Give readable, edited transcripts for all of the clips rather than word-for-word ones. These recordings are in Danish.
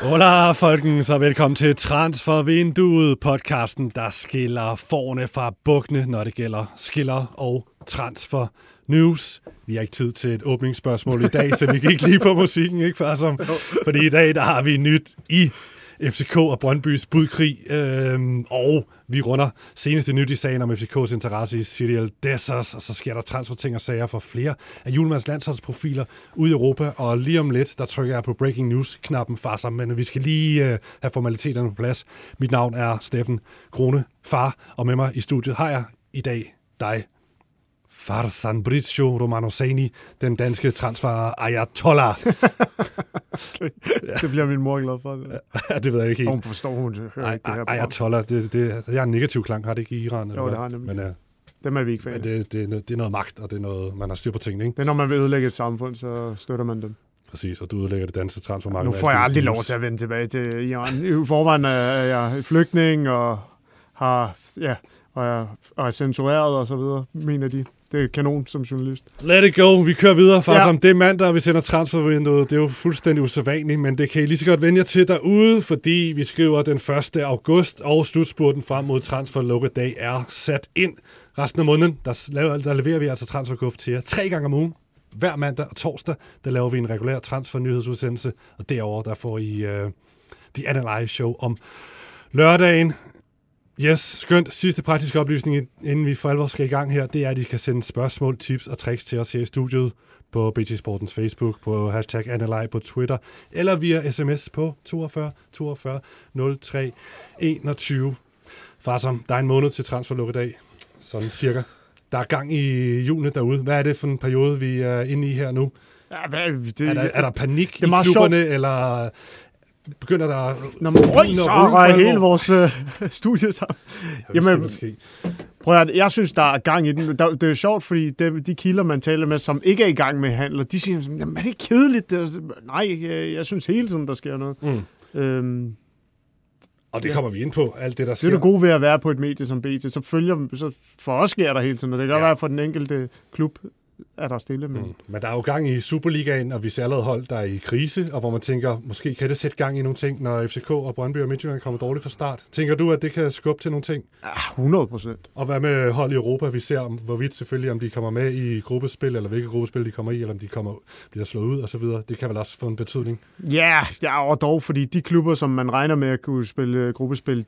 Hola, folkens, og velkommen til Transfervinduet, podcasten, der skiller forne fra bukkene, når det gælder skiller og transfer news. Vi har ikke tid til et åbningsspørgsmål i dag, så vi gik lige på musikken, ikke Farsom? Fordi i dag, der har vi nyt i FCK og Brøndbys budkrig, og vi runder seneste nyt i sagen om FCK's interesse i Cyril Dessers, og så sker der transferting og sager for flere af Julemands landsholdsprofiler ude i Europa, og lige om lidt, der trykker jeg på Breaking News-knappen, Farsom, men vi skal lige have formaliteterne på plads. Mit navn er Steffen Krone, far, og med mig i studiet har jeg i dag dig, Farzan Bricio Romano Sani, den danske transfer Ayatollah. Okay. Ja. Det bliver min mor glad for. Ja, det ved jeg ikke helt. Hun forstår, hun hører ikke det her. Ayatollah, det er en negativ klang, har det ikke i Iran? Jo, det har nemlig. Men, dem er vi ikke fan. Men det er noget magt, og det er noget, man har styr på tingene, ikke? Det er, når man vil ødelægge et samfund, så støtter man dem. Præcis, og du ødelægger det danske transfermarked. Nu får jeg aldrig lov til at vende tilbage til Iran. I forvejen er jeg flygtning, og har, ja, og er censureret og så videre, mener de. Det er kanon som journalist. Let it go. Vi kører videre. Farsom, det er mandag, og vi sender transfervinduet. Det er jo fuldstændig usædvanligt, men det kan I lige så godt vende jer til derude, fordi vi skriver den 1. august, og slutspurten frem mod transferlukkedag er sat ind. Resten af måneden, der leverer vi altså transferkuff til jer 3 gange om ugen. Hver mandag og torsdag, der laver vi en regulær transfernyhedsudsendelse, og derover der får I The Analyze Show om lørdagen. Yes, skønt. Sidste praktiske oplysning, inden vi for alvor skal i gang her, det er, at I kan sende spørgsmål, tips og tricks til os her i studiet på BT Sportens Facebook, på #Analyze på Twitter, eller via sms på 42 42 03 21. Farsom, der er en måned til transferlukkedag, sådan cirka. Der er gang i hjulene derude. Hvad er det for en periode, vi er inde i her nu? Ja, er der panik i klubberne, eller begynder der så er hele vores studie sammen. Jamen, prøv at, jeg synes, der er gang i den. Det er sjovt, fordi de kilder, man taler med, som ikke er i gang med handler, de siger, jamen, er det kedeligt? Nej, jeg synes hele tiden, der sker noget. Og det kommer vi ind på, alt det, der sker. Det er det gode ved at være på et medie som BT. Så for os sker der hele tiden, og det kan godt være for den enkelte klub, er der stille. Men der er jo gang i Superligaen, og vi ser allerede hold, der er i krise, og hvor man tænker, måske kan det sætte gang i nogle ting, når FCK og Brøndby og Midtjylland kommer dårligt fra start. Tænker du, at det kan skubbe til nogle ting? Ja, 100%. Og hvad med hold i Europa? Vi ser, hvorvidt selvfølgelig, om de kommer med i gruppespil, eller hvilke gruppespil de kommer i, eller om de bliver slået ud, og så videre. Det kan vel også få en betydning? Ja, og dog, fordi de klubber, som man regner med at kunne spille gruppespil,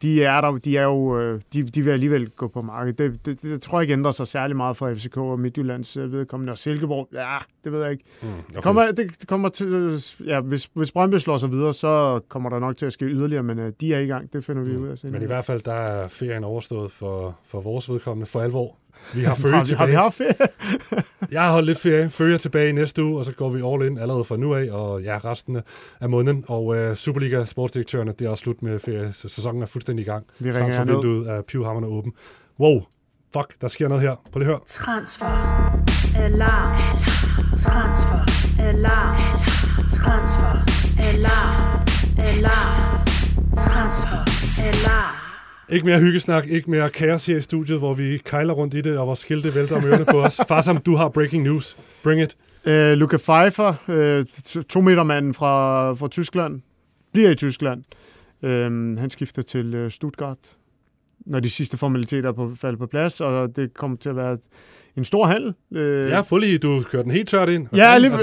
de vil alligevel gå på markedet. Det tror jeg ikke ændrer sig særlig meget for FCK og Midtjyllands vedkommende. Og Silkeborg, ja, det ved jeg ikke. Okay. Det kommer til, ja, hvis Brøndby slår sig videre, så kommer der nok til at ske yderligere, men de er i gang, det finder vi ud af. Men i hvert fald, der er ferien overstået for vores vedkommende for alvor. Vi har følge tilbage. Har vi haft ferie? Jeg har holdt lidt ferie. Følger tilbage næste uge, og så går vi all in allerede fra nu af, og ja, resten af måneden. Og Superliga sportsdirektørerne, det er også slut med ferie. Sæsonen er fuldstændig i gang. Vi ringer vinduet af pivhammerne åben. Wow, fuck, der sker noget her. Prøv lige at høre. Transfer. Alarm. Transfer. Alarm. Transfer. Alarm. Alarm. Transfer. Alarm. Ikke mere hyggesnak, ikke mere kaos her i studiet, hvor vi kejler rundt i det, og vores skilte vælter om ørerne på os. Farsom, du har breaking news. Bring it. Luka Pfeiffer, 2-metermanden fra Tyskland, bliver i Tyskland. Han skifter til Stuttgart, når de sidste formaliteter er faldet på plads, og det kommer til at være en stor handel. Ja, prøv lige, du kører den helt tørt ind. Ja, det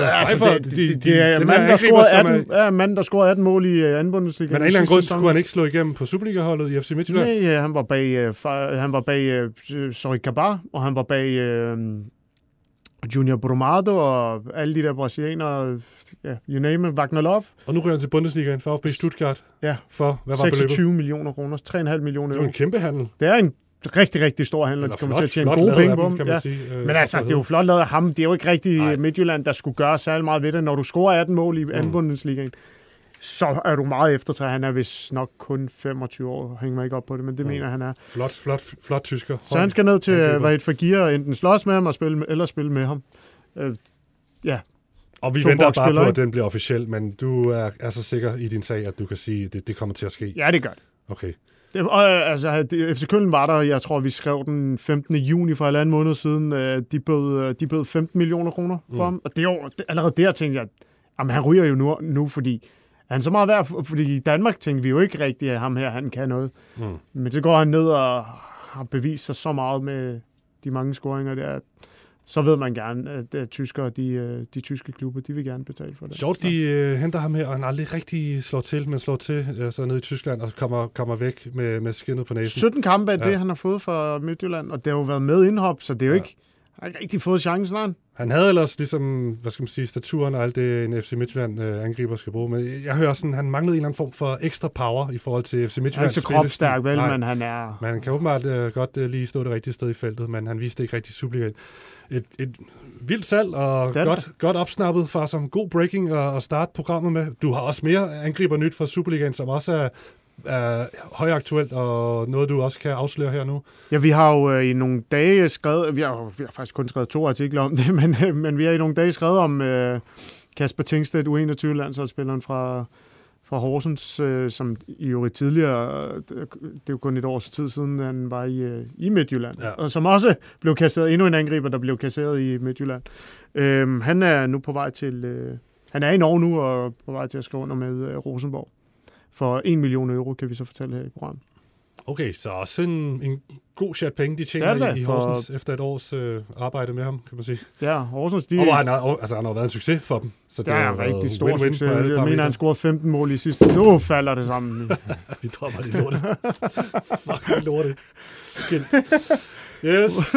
er manden, der scorede 18 mål i anden Bundesliga. Men af en eller anden grund skulle han ikke slå igennem på Superliga-holdet i FC Midtjylland? Nej, han var bag Sorry Kabar, og han var bag Junior Brumado og alle de der brasilianere, you name it, Wagner Love. Og nu ryger han til Bundesligaen for VfB Stuttgart. Ja. For, hvad var 26 millioner kroner, 3,5 millioner euro. Det er en kæmpe handel. Det er en rigtig, rigtig stor handel, de kommer til at tjene gode penge på dem. Men altså, det er jo flot lavet af ham. Det er jo ikke rigtig Midtjylland, der skulle gøre særlig meget ved det. Når du scorer 18 mål i anden Bundesligaen, så er du meget eftertræt. Han er vist nok kun 25 år. Hænger mig ikke op på det, men det mener han er. Flot tysker. Så han skal ned til Vahid Fagir og enten slås med ham eller spille med ham. Ja. Og vi venter bare på, at den bliver officiel, men du er så sikker i din sag, at du kan sige, at det kommer til at ske? Ja, det gør det. Okay. FC Köln var der, jeg tror, vi skrev den 15. juni for 1,5 måned siden. De bød 15 millioner kroner for ham. Og allerede der tænkte jeg, at han ryger jo nu, fordi han så meget værd, fordi i Danmark tænkte vi jo ikke rigtigt, at ham her, han kan noget. Men så går han ned og har bevist sig så meget med de mange scoringer der, så ved man gerne, at tyskere, de tyske klubber, de vil gerne betale for det. Sjovt, de henter ham her, og han aldrig rigtig slår til så nede i Tyskland, og kommer væk med skinnet på næsen. 17 kampe af det, han har fået fra Midtjylland, og det har jo været med indhop, så det er jo ikke... Han har ikke rigtig fået chancen. Han havde ellers ligesom, hvad skal man sige, staturen og alt det, en FC Midtjylland-angriber skal bruge. Men jeg hører sådan, han manglede en eller anden form for ekstra power i forhold til FC Midtjylland. Han er ikke så kropstærk, vel, men han er... Men han kan åbenbart godt lige stå det rigtige sted i feltet, men han viste ikke rigtig Superligaen. Et vildt salg og godt opsnappet fra som god breaking og starte programmet med. Du har også mere angriber nyt fra Superligaen, som også er højaktuelt, og noget, du også kan afsløre her nu? Ja, vi har jo i nogle dage skrevet, vi har faktisk kun skrevet 2 artikler om det, men vi har i nogle dage skrevet om Kasper Tengstedt, U21-landsholdsspilleren fra Horsens, som i jo tidligere, det er jo kun et års tid siden, han var i Midtjylland, og som også blev kasseret, endnu en angriber, der blev kasseret i Midtjylland. Han er nu på vej til, han er i Norge nu, og på vej til at skrive under med Rosenborg. For 1 million euro, kan vi så fortælle her i programmet. Okay, så også en god chat penge, de tjener i Horsens efter et års arbejde med ham, kan man sige. Ja, Horsens, de... Og han har været en succes for dem. Så det er rigtig stor succes. Jeg mener, han scorede 15 mål i sidste. Nu falder det sammen. Vi dropper det lortet. Fucking lortet. Skilt. Yes.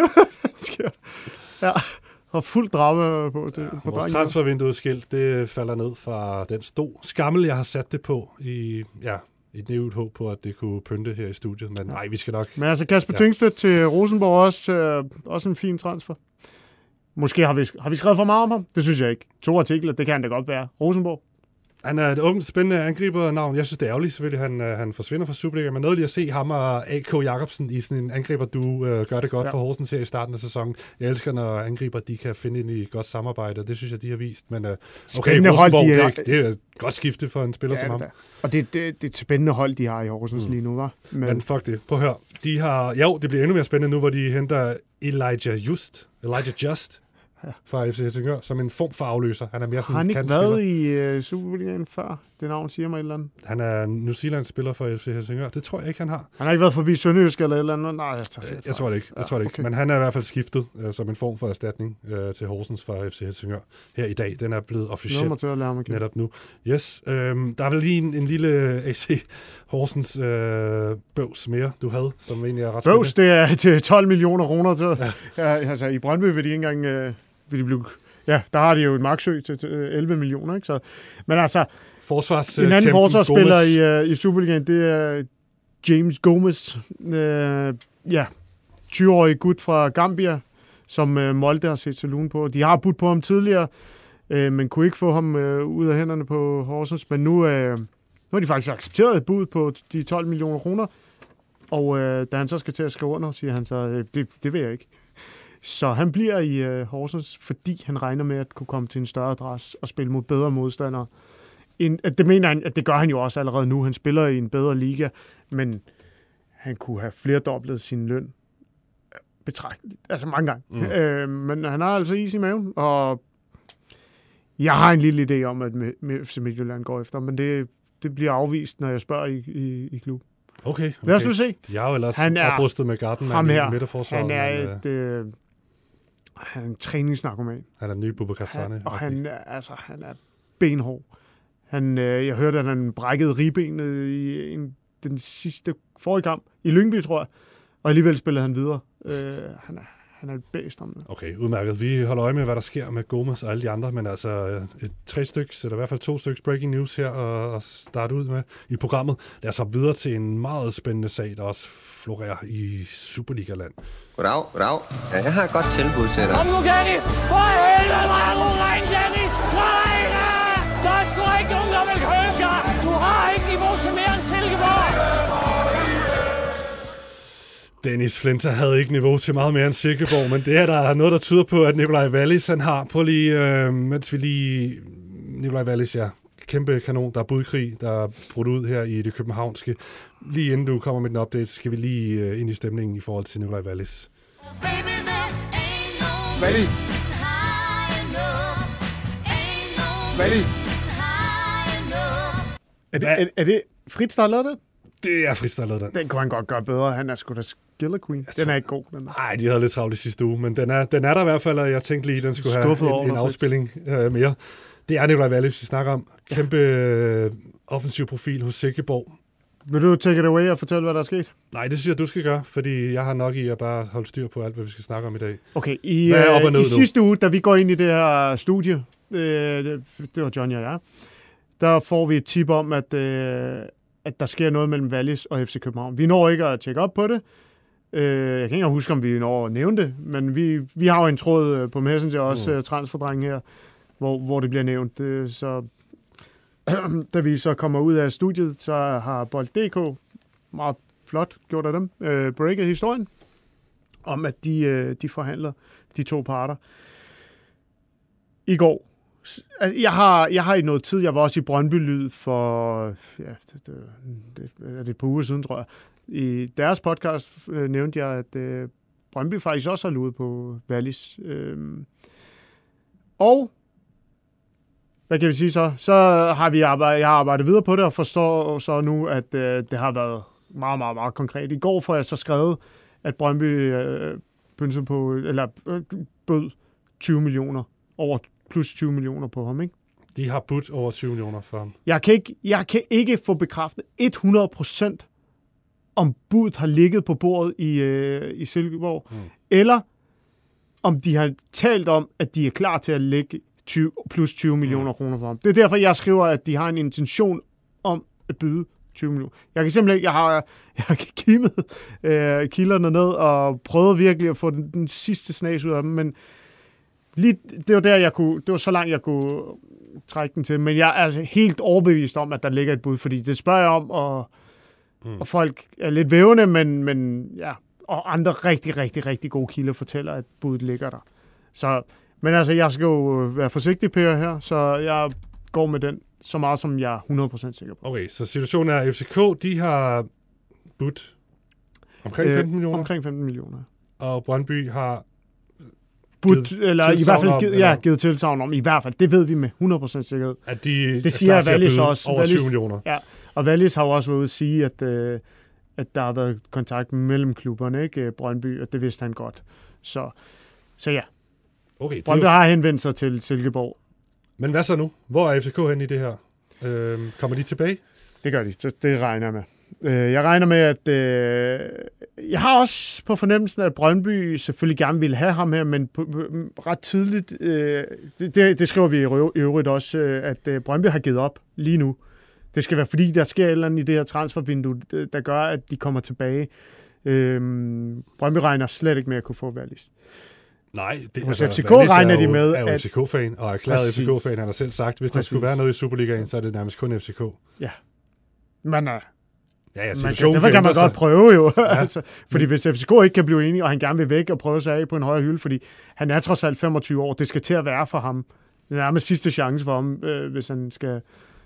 Ja. Og fuld drama på det. Ja, vores transfervindueskilt, det falder ned fra den skammel, jeg har sat det på i et nævnt håb på, at det kunne pynte her i studiet. Men nej, vi skal nok... Men altså Kasper Tengstedt til Rosenborg også en fin transfer. Måske har vi skrevet for meget om ham? Det synes jeg ikke. 2 artikler, det kan det godt være. Rosenborg. Han er et ungt, spændende angribernavn. Jeg synes, det er ærgerligt, selvfølgelig, han forsvinder fra Superliga. Men noget lige at se ham og A.K. Jacobsen i sådan en angriber, du gør det godt for Horsens her i starten af sæsonen. Jeg elsker, når angriber, de kan finde ind i et godt samarbejde, og det synes jeg, de har vist. Men okay, Rosenborg, det er et godt skifte for en spiller som ham. Og det er et spændende hold, de har i Horsens lige nu, var. Men fuck det. Prøv at høre. De har, det bliver endnu mere spændende nu, hvor de henter Elijah Just fra FC Helsingør, som en form for afløser. Han er mere sådan en kantspiller. Har han ikke været i Superligaen før? Det navn siger mig et eller andet. Han er New Zealand spiller for FC Helsingør. Det tror jeg ikke, han har. Han har ikke været forbi Sønderjysk eller et eller andet? Nej, jeg tror det ikke. Okay. Men han er i hvert fald skiftet som en form for erstatning til Horsens fra FC Helsingør her i dag. Den er blevet officielt netop nu. Yes. Der er vel lige en lille AC Horsens bøvs mere, du havde, som egentlig er ret spændende. Bøvs, det er til 12 millioner kroner. Altså, i Brøndby vil de ikke engang... der har de jo et marksøg til 11 millioner, ikke? Så, men altså, en anden forsvarsspiller i Superligaen, det er James Gomez. 20-årig gut fra Gambia, som Molde har set til lune på. De har budt på ham tidligere, men kunne ikke få ham ud af hænderne på Horsens. Men nu har de faktisk accepteret et bud på de 12 millioner kroner, og da han så skal til at skrive under, siger han så, det vil jeg ikke. Så han bliver i Horsens, fordi han regner med at kunne komme til en større adresse og spille mod bedre modstandere. Det mener han, at det gør han jo også allerede nu. Han spiller i en bedre liga, men han kunne have flerdoblet sin løn betragteligt. Altså mange gange. Men han har altså is i maven, og jeg har en lille idé om, at FC Midtjylland går efter, men det bliver afvist, når jeg spørger i klub. Okay. Lad os nu se. De har jo ellers oprustet med Gartenmann i midterforsvaret. Han er en træningsnarkoman. Han er en ny Boubacar Sane. Og han er benhård. Jeg hørte, at han brækkede ribbenet i den sidste forrige kamp i Lyngby, tror jeg. Og alligevel spillede han videre. Han er et bæst om det. Okay, udmærket. Vi holder øje med, hvad der sker med Gomez og alle de andre, men altså 3 styks, eller i hvert fald 2 styks breaking news her at starte ud med i programmet. Lad os hoppe videre til en meget spændende sag, der også florerer i Superliga-land. Goddag. Ja, jeg har et godt tilbud til dig. Kom nu, Dennis! For helvede, hvor er du ren, Dennis! Nej! Der er sgu ikke nogen, der vil købe dig! Du har ikke niveau til mere end Silkeborg! Dennis Flinter havde ikke niveau til meget mere end Silkeborg, men det er der noget, der tyder på, at Nikolaj Wallis, han har på lige, mens vi lige... Nikolaj Wallis, kæmpe kanon, der er budkrig, der er brudt ud her i det københavnske. Lige inden du kommer med den update, skal vi lige ind i stemningen i forhold til Nikolaj Wallis. Er det Fritz, der har lavet det? Det er Fritz, der har lavet den. Den kunne han godt gøre bedre. Han er sgu da Skiller Queen. Den er ikke god. Nej, de havde lidt travlt i sidste uge, men den er der i hvert fald, og jeg tænkte lige, at den skulle have en afspilling mere. Det er Nikolaj Wallis, vi snakker om. Kæmpe offensiv profil hos Silkeborg. Vil du take it away og fortælle, hvad der er sket? Nej, det synes jeg, du skal gøre, fordi jeg har nok i at bare holde styr på alt, hvad vi skal snakke om i dag. Okay, i sidste uge, da vi går ind i det her studie, det var Johnny og jeg, der får vi et tip om, at der sker noget mellem Wallis og FC København. Vi når ikke at tjekke op på det. Jeg kan ikke huske, om vi når at nævne det, men vi har jo en tråd på Messenger også, transferdreng her, hvor det bliver nævnt. Så da vi så kommer ud af studiet, så har Bold.dk meget flot gjort af dem, breaket historien om, at de forhandler de to parter. I går, jeg har i noget tid, jeg var også i Brøndby-lyd for det et par uger siden, tror jeg. I deres podcast nævnte jeg, at Brøndby faktisk også har luet på Wallis. Og hvad kan vi sige så? Så har jeg har arbejdet videre på det og forstår så nu, at det har været meget, meget, meget konkret. I går får jeg så skrevet, at Brøndby bød 20 millioner, over plus 20 millioner på ham, ikke? De har budt over 20 millioner for ham. Jeg kan ikke få bekræftet 100% om budet har ligget på bordet i Silkeborg, eller om de har talt om, at de er klar til at lægge plus 20 millioner kroner for ham. Det er derfor, jeg skriver, at de har en intention om at byde 20 millioner. Jeg kan simpelthen jeg har kimet kilderne ned og prøvet virkelig at få den sidste snas ud af dem, men lige, det var så langt, jeg kunne trække den til, men jeg er altså helt overbevist om, at der ligger et bud, fordi det spørger jeg om, og folk er lidt vævende, men ja, og andre rigtig, rigtig, rigtig gode kilder fortæller, at budet ligger der. Så, men altså, jeg skal jo være forsigtig, Per, her, så jeg går med den så meget, som jeg er 100% sikker på. Okay, så situationen er, at FCK, de har budt omkring 15 millioner? Omkring 15 millioner. Og Brøndby har eller i hvert fald givet tilsagn om, i hvert fald, det ved vi med 100% sikkerhed. At de det siger Wallis også. Over 20 millioner. Ja, og Wallis har jo også været ude at sige, at der har været kontakt mellem klubberne, ikke? Brøndby, og det vidste han godt. Så ja. Okay, Brøndby har henvendt sig til Silkeborg. Men hvad så nu? Hvor er FCK hen i det her? Kommer de tilbage? Det gør de, det regner jeg med. Jeg regner med, at jeg har også på fornemmelsen, at Brøndby selvfølgelig gerne ville have ham her, men ret tidligt, det skriver vi i øvrigt også, at Brøndby har givet op lige nu. Det skal være, fordi der sker et eller andet i det her transfervindue, der gør, at de kommer tilbage. Brøndby regner slet ikke med at kunne få Wallis. Nej, hos FCK regner de med, at FCK-fan, og erklæret FCK-fan, han har selv sagt, hvis der skulle være noget i Superligaen, så er det nærmest kun FCK. Ja. Men derfor kan man godt prøve jo. Ja. Altså, fordi hvis FCK ikke kan blive enig, og han gerne vil væk og prøve sig af på en højere hylde, fordi han er trods alt 25 år, det skal til at være for ham. Det er nærmest sidste chance for ham, hvis han skal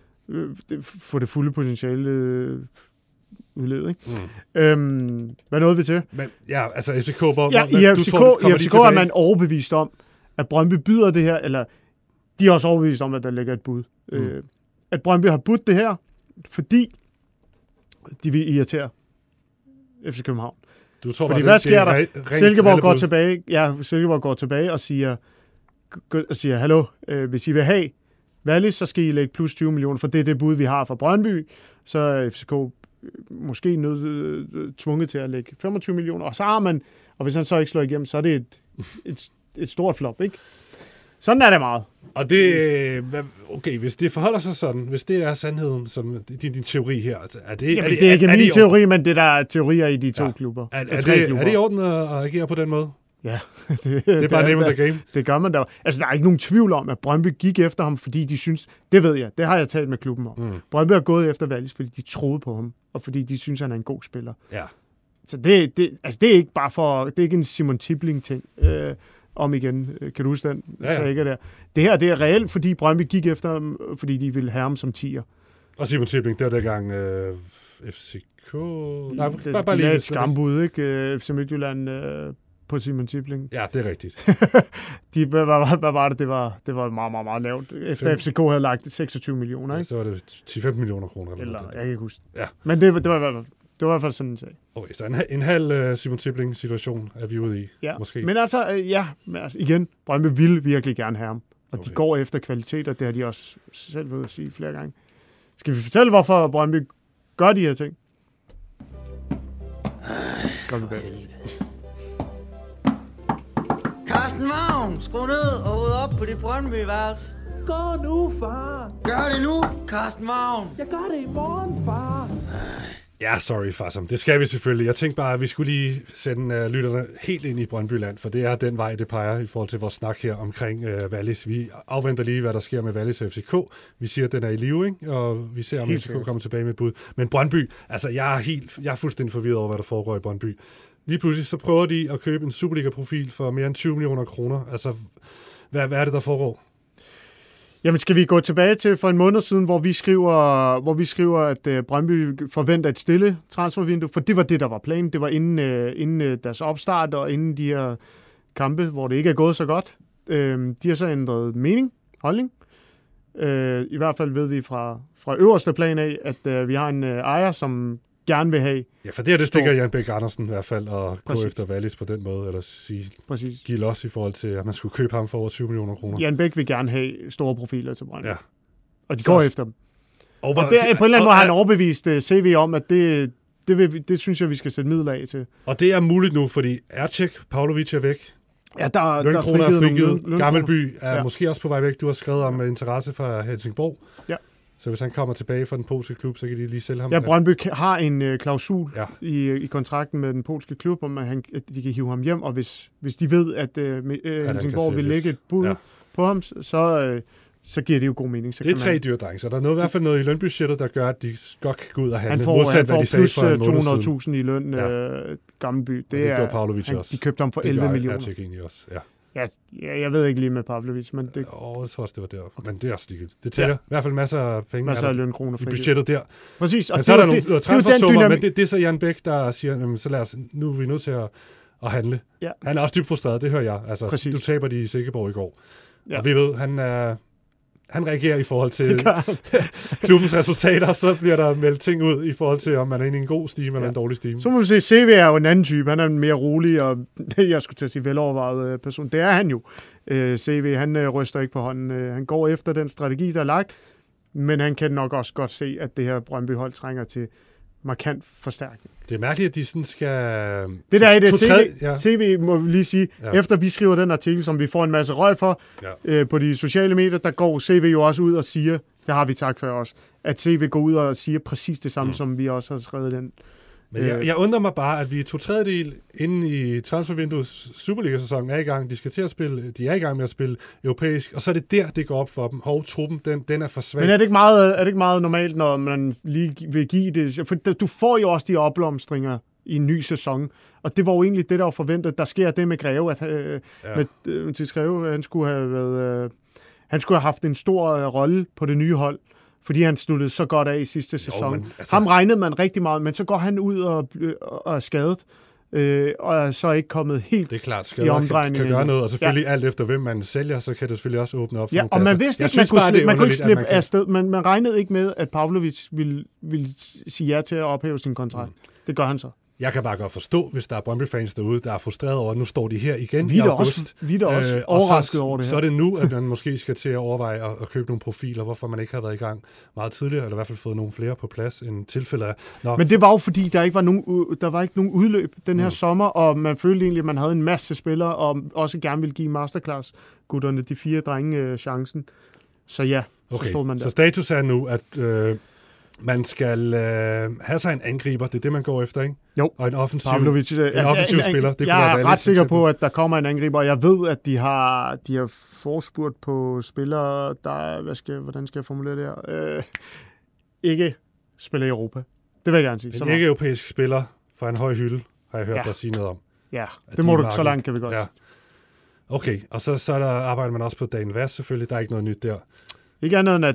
få det fulde potentiale udledet, ikke? Hvad nåede vi til? Men ja, altså FCK, i FCK er man overbevist om, at Brøndby byder det her, eller de er også overbevist om, at der ligger et bud. At Brøndby har budt det her, fordi de vil irritere FC København. Du tror, fordi hvad sker der? Silkeborg går tilbage og siger, hallo, hvis I vil have Wallis, så skal I lægge plus 20 millioner, for det er det bud, vi har fra Brøndby. Så er FCK måske tvunget til at lægge 25 millioner, og så har man, og hvis han så ikke slår igennem, så er det et stort flop, ikke? Sådan er det meget. Og det, okay, hvis det forholder sig sådan, hvis det er sandheden, som din teori her, altså, det er ikke min teori, men det der er teorier i de to klubber. Er det i orden at agere på den måde? Ja. Det er bare name of the game. Det gør man da. Altså, der er ikke nogen tvivl om, at Brøndby gik efter ham, fordi de synes, det ved jeg, det har jeg talt med klubben om. Brøndby har gået efter Wallis, fordi de troede på ham, og fordi de synes, han er en god spiller. Ja. Så det er ikke bare for, det er ikke en Simon Tibling-ting. Om igen. Kan du huske den? Ja. Ikke der. Det her, det er reelt, fordi Brøndby gik efter ham, fordi de ville have ham som 10'er. Og Simon Tibling, det var dengang FCK... Nej, bare lige et skambud, ikke? FC Midtjylland på Simon Tibling. Ja, det er rigtigt. Hvad var det? Det var meget, meget, meget lavt. Efter FCK havde lagt 26 millioner, ikke? Ja, så var det 10-15 millioner kroner. Eller jeg kan ikke huske. Ja. Men det var i hvert fald sådan en sag. Okay, så en halv Simon Tibling-situation er vi ude i, ja. måske. Men altså, igen, Brøndby vil virkelig gerne have ham. Og de går efter kvalitet, og det har de også selv ved at sige flere gange. Skal vi fortælle, hvorfor Brøndby gør de her ting? Carsten Vagn, skru ned og hoved op på det Brøndby-værelse. Gå nu, far. Gør det nu, Carsten Vagn. Jeg gør det i morgen, far. Ja, sorry, Farsam. Det skal vi selvfølgelig. Jeg tænkte bare, at vi skulle lige sende lytterne helt ind i Brøndbyland, for det er den vej, det peger i forhold til vores snak her omkring Wallis. Vi afventer lige, hvad der sker med Wallis og FCK. Vi siger, at den er i live, ikke? Og vi ser, om FCK kommer tilbage med et bud. Men Brøndby, altså jeg er fuldstændig forvirret over, hvad der foregår i Brøndby. Lige pludselig så prøver de at købe en Superliga-profil for mere end 20 millioner kroner. Altså, hvad er det, der foregår? Jamen, skal vi gå tilbage til for en måned siden, hvor vi skriver, at Brøndby forventer et stille transfervindue, for det var det, der var planen. Det var inden deres opstart og inden de her kampe, hvor det ikke er gået så godt. De har så ændret holdning. I hvert fald ved vi fra øverste plan af, at vi har en ejer, som gerne vil have. Ja, for det stikker Jan Bæk Andersen i hvert fald at gå efter Wallis på den måde, eller sige, give los i forhold til, at man skulle købe ham for over 20 millioner kroner. Jan Bæk vil gerne have store profiler til Brøndby. Ja. Og de går efter dem. Og det, på en eller anden måde har han overbevist CV om, at det synes jeg, vi skal sætte midler af til. Og det er muligt nu, fordi Ercek, Pavlovic er væk. Ja, der Lønkroner er frigivet. Gammelby er måske også på vej væk. Du har skrevet om interesse fra Helsingborg. Ja. Så hvis han kommer tilbage fra den polske klub, så kan de lige sælge ham. Ja, Brøndby har en klausul i kontrakten med den polske klub, om at de kan hive ham hjem, og hvis de ved, at Helsingborg vil lægge et bud på ham, så giver det jo god mening. Så det er 3 dyre, drenge, så der er i hvert fald noget i lønbudgettet, der gør, at de godt kan gå ud og handle. Han får plus 200.000 i løn, Gammelby. Det gør Pavlovic også. De købte ham for 11 millioner. Det gør egentlig også, Ja, jeg ved ikke lige med Pavlovic, men det... Jeg tror også, det var der. Okay. Men det er også ligegyldigt. Det tæller. I hvert fald masser af penge. Masser af lønkroner i budgettet der. Præcis. Og men så er der nogle transfersummer, men det er så Jan Bæk, der siger, så lad os, nu er vi nødt til at handle. Ja. Han er også dybt frustreret, det hører jeg. Altså, du taber de i Silkeborg i går. Ja. Og vi ved, han reagerer i forhold til klubbens resultater, så bliver der meldt ting ud i forhold til, om man er inde i en god stime eller en dårlig stime. Så må vi se, CV er jo en anden type. Han er en mere rolig og, jeg skulle til at sige, velovervejet person. Det er han jo. CV, han ryster ikke på hånden. Han går efter den strategi, der er lagt, men han kan nok også godt se, at det her Brøndby-hold trænger til markant forstærkning. Det er mærkeligt, at de sådan skal... Det der er det CV må vi lige sige, efter vi skriver den artikel, som vi får en masse røg for på de sociale medier, der går CV jo også ud og siger, det har vi sagt før også, at CV går ud og siger præcis det samme, som vi også har skrevet den. Men jeg undrer mig bare, at vi 2/3 inde i transfervinduets Superliga-sæsonen er i gang. De skal til at spille, de er i gang med at spille europæisk, og så er det der, det går op for dem. Truppen, den er for svag. Men er det ikke meget normalt, når man lige vil give det? For du får jo også de opblomstringer i en ny sæson, og det var jo egentlig det, der var forventet. Der sker det med Greve, at Greve, han skulle have haft en stor rolle på det nye hold, fordi han sluttede så godt af i sidste sæson. Ham regnede man rigtig meget, men så går han ud og er skadet, og er så ikke kommet helt i omdrejningen. Kan gøre noget, og selvfølgelig alt efter, hvem man sælger, så kan det selvfølgelig også åbne op for nogle og man vidste ikke, man kunne ikke slippe afsted, men man regnede ikke med, at Pavlovic ville sige ja til at ophæve sin kontrakt. Det gør han så. Jeg kan bare godt forstå, hvis der er Brøndby-fans derude, der er frustreret over, at nu står de her igen i august. Vi er også overrasket over det her. Så er det nu, at man måske skal til at overveje at købe nogle profiler, hvorfor man ikke har været i gang meget tidligere, eller i hvert fald fået nogle flere på plads, end tilfældet er. Men det var jo fordi, der var ikke nogen udløb den her sommer, og man følte egentlig, at man havde en masse spillere, og også gerne ville give masterclass-gutterne, de 4 drenge, chancen. Så ja, så stod man der. Så status er nu, at... man skal have sig en angriber, det er det, man går efter, ikke? Jo. Og en offensiv spiller. Det jeg er ret sikker på, at der kommer en angriber, og jeg ved, at de har forspurgt på spillere, der, hvordan skal jeg formulere det her? Ikke spiller i Europa. Det vil jeg gerne sige. En ikke-europæisk spiller fra en høj hylde, har jeg hørt dig sige noget om. Ja, det må du, så langt kan vi godt. Ja. Okay, og så der arbejder man også på Daniel Vaz selvfølgelig, der er ikke noget nyt der. Ikke andet end,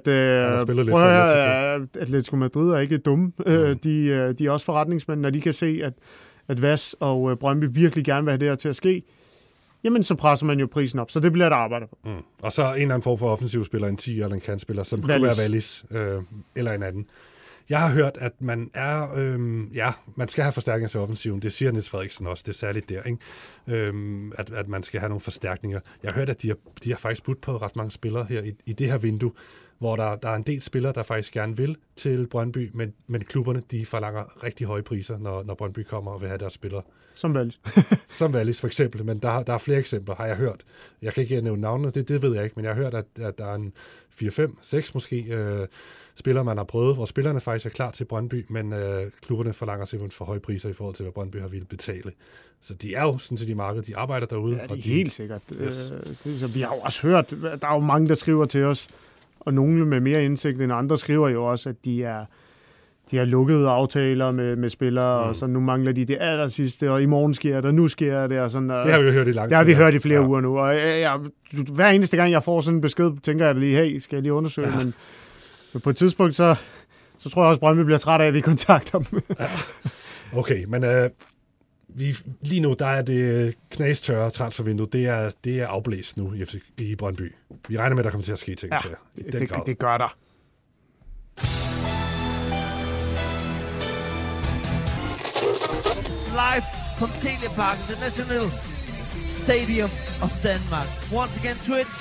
at Atletico Madrid er ikke dumme. De er også forretningsmænd, når de kan se, at Vas og Brøndby virkelig gerne vil have det her til at ske, jamen så presser man jo prisen op. Så det bliver der arbejder på. Og så en eller anden form for offensiv spiller, en 10 eller en kantspiller, som kunne være Wallis eller en anden. Jeg har hørt, at man man skal have forstærkninger til offensiven. Det siger Niels Frederiksen også. Det er særligt der, ikke? At man skal have nogle forstærkninger. Jeg har hørt, at de har faktisk budt på ret mange spillere her i det her vindue, hvor der er en del spillere, der faktisk gerne vil til Brøndby, men klubberne, de forlanger rigtig høje priser, når Brøndby kommer og vil have deres spillere. Som Wallis. Som Wallis for eksempel, men der er flere eksempler, har jeg hørt. Jeg kan ikke nævne navnene, det ved jeg ikke, men jeg har hørt, at der er en 4-5-6 måske spillere, man har prøvet, hvor spillerne faktisk er klar til Brøndby, men klubberne forlanger simpelthen for høje priser i forhold til, hvad Brøndby har ville betale. Så de er jo sådan set i markedet, de arbejder derude. Ja, det er helt sikkert. Yes. Vi har jo også hørt, der er jo mange, der skriver til os, og nogle med mere indsigt end andre skriver jo også, at de har lukkede aftaler med spillere, og så nu mangler de det aller sidste, og i morgen sker det, og nu sker det, og sådan. Det har vi jo hørt i lang tid. Det har vi hørt i flere uger nu, og hver eneste gang, jeg får sådan en besked, tænker jeg lige, hey, skal jeg lige undersøge, men på et tidspunkt, så tror jeg også, Brøndby bliver træt af, at vi kontakter dem. Okay, men lige nu, der er det knastørre transfervindue. Det er afblæst nu i Brøndby. Vi regner med, at der kommer til at ske ting til. Det gør der. Live from Telepark, the National Stadium of Denmark. Once again, Twitch.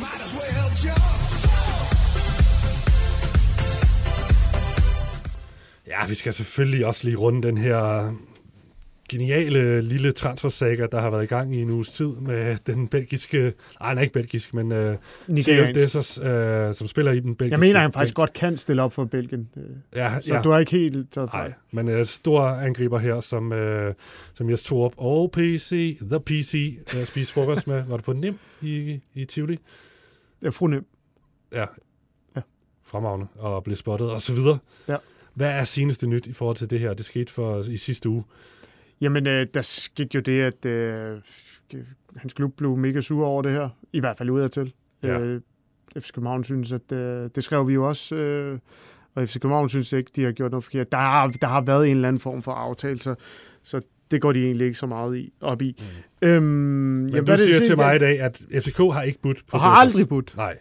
Ja, vi skal selvfølgelig også lige runde den her geniale lille transfersaga, der har været i gang i en uges tid med den belgiske... Nej, ikke belgisk, men Theo Dessers, som spiller i den belgiske... Jeg mener, han faktisk godt kan stille op for Belgien. Så du er ikke helt taget fra. Nej, men stor angriber her, som Jes Torup og PC, The PC, spiste frokost med. Var det på NIM i Tivoli? Ja, fru NIM. Ja. Fremragende og blev spottet og så videre. Ja. Hvad er seneste nyt i forhold til det her? Det skete i sidste uge. Jamen, der skete jo det, at hans klub blev mega sur over det her. I hvert fald udadtil. Ja. FC København synes, at det skrev vi jo også. Og FC København synes ikke, de har gjort noget forkert. Der har været en eller anden form for aftale, så det går de egentlig ikke så meget op i. Men du siger til mig i dag, at FCK har ikke budt på og har aldrig budt. Nej.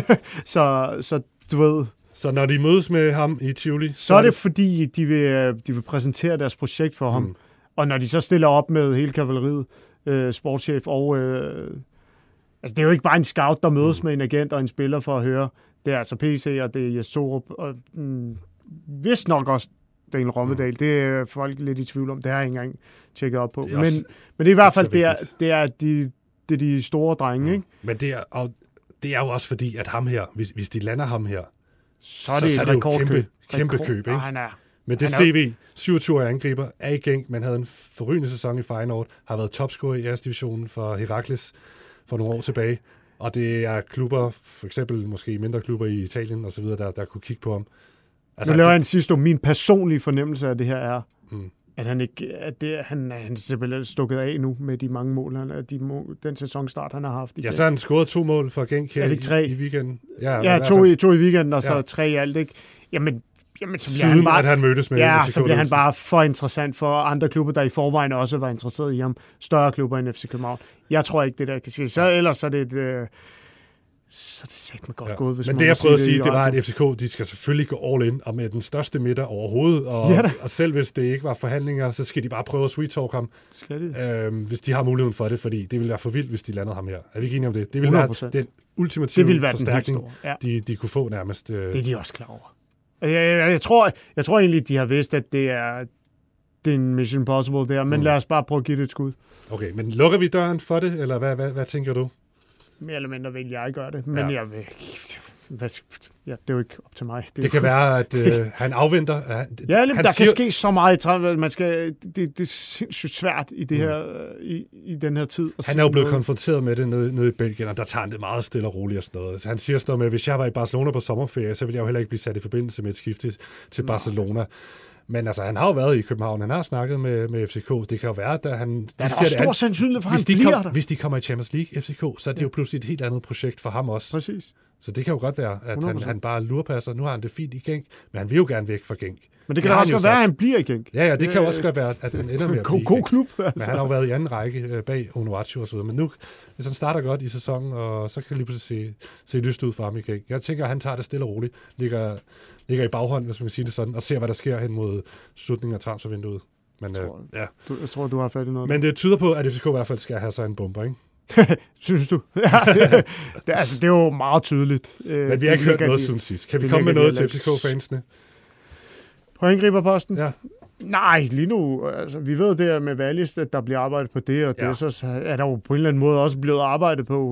så du ved... Så når de mødes med ham i Tivoli... Så er det fordi, de vil præsentere deres projekt for ham. Og når de så stiller op med hele kavaleriet, sportschef og... altså, det er jo ikke bare en scout, der mødes med en agent og en spiller for at høre. Det er altså PC, og det er Jes Torup, og vist nok også Daniel Rommedal. Det er folk lidt i tvivl om. Det har jeg ikke engang tjekket op på. Men det er i hvert fald, det er de store drenge, ikke? Men det er jo også fordi, at ham her, hvis de lander ham her, så er det et kæmpe køb, ikke? Han er... Men det CV, 27-årige angriber, er i gang. Man havde en forrygende sæson i Feyenoord, har været topscorer i æresdivisionen for Herakles for nogle år tilbage. Og det er klubber, for eksempel måske mindre klubber i Italien og så videre, der kunne kigge på ham. Altså, nu laver jeg en sidste min personlige fornemmelse af det her er, at han simpelthen er stukket af nu med de mange mål, den sæsonstart, han har haft. Så har han scoret 2 mål for Genk her i weekenden. Ja, 2 i weekenden, og så 3 i alt, ikke? Jamen, så bliver siden at han mødtes med FCK, så bliver han bare for interessant for andre klubber, der i forvejen også var interesseret i ham. Større klubber end FC København. Jeg tror ikke, det der kan ske. Så ellers er det så er det sagt godt gået. Hvis men det jeg prøvede at sige, det var, at FCK, de skal selvfølgelig gå all in, og med den største midter overhovedet, og selv hvis det ikke var forhandlinger, så skal de bare prøve at sweet talk ham, hvis de har muligheden for det, fordi det ville være for vildt, hvis de landede ham her. Er vi ikke enige om det? Det ville være den ultimative forstærkning, de kunne få nærmest. Det er de også klar over. Jeg tror egentlig, de har vidst, at det er en Mission Impossible der, men lad os bare prøve at give det et skud. Okay, men lukker vi døren for det, eller hvad tænker du? Mere eller mindre vil jeg gøre det, men jeg vil... det er jo ikke op til mig. Det kan være, at han afventer. Der kan ske så meget. Det er sindssygt svært i det her, i den her tid. Han er jo blevet konfronteret med det nede i Belgien, og der tager han det meget stille og roligt og sådan noget. Han siger sådan noget med, hvis jeg var i Barcelona på sommerferie, så ville jeg jo heller ikke blive sat i forbindelse med et skifte til Barcelona. Men altså, han har jo været i København, han har snakket med FCK. Det kan jo være, at han... Der er stor sandsynlighed for, han bliver der. Hvis de kommer i Champions League, FCK, så er det jo pludselig et helt andet projekt for ham også. Præcis. Så det kan jo godt være, at han bare lurepasser. Nu har han det fint i Genk, men han vil jo gerne væk fra Genk. Men det kan da også godt være, at han bliver i Genk. Ja, det kan også godt være, at han ender med at blive god klub. Altså. Men han har jo været i anden række bag Onuachu og så videre. Men nu, hvis han starter godt i sæsonen, og så kan han lige pludselig se lyst ud for ham i Genk. Jeg tænker, at han tager det stille og roligt, ligger i baghånd, hvis man kan sige det sådan, og ser, hvad der sker hen mod slutningen af transfervinduet. Men, jeg tror, du har fat i noget. Men det tyder på, at FCK i hvert fald skal have sig en bomber, ikke? Synes du? Ja, det er jo meget tydeligt. Men vi har ikke hørt noget siden sidst. Kan vi komme med noget til FCK-fansene? På angriberposten? Ja. Nej, lige nu, altså, vi ved det med Wallis, at der bliver arbejdet på det, og det så er der jo på en eller anden måde også blevet arbejdet på.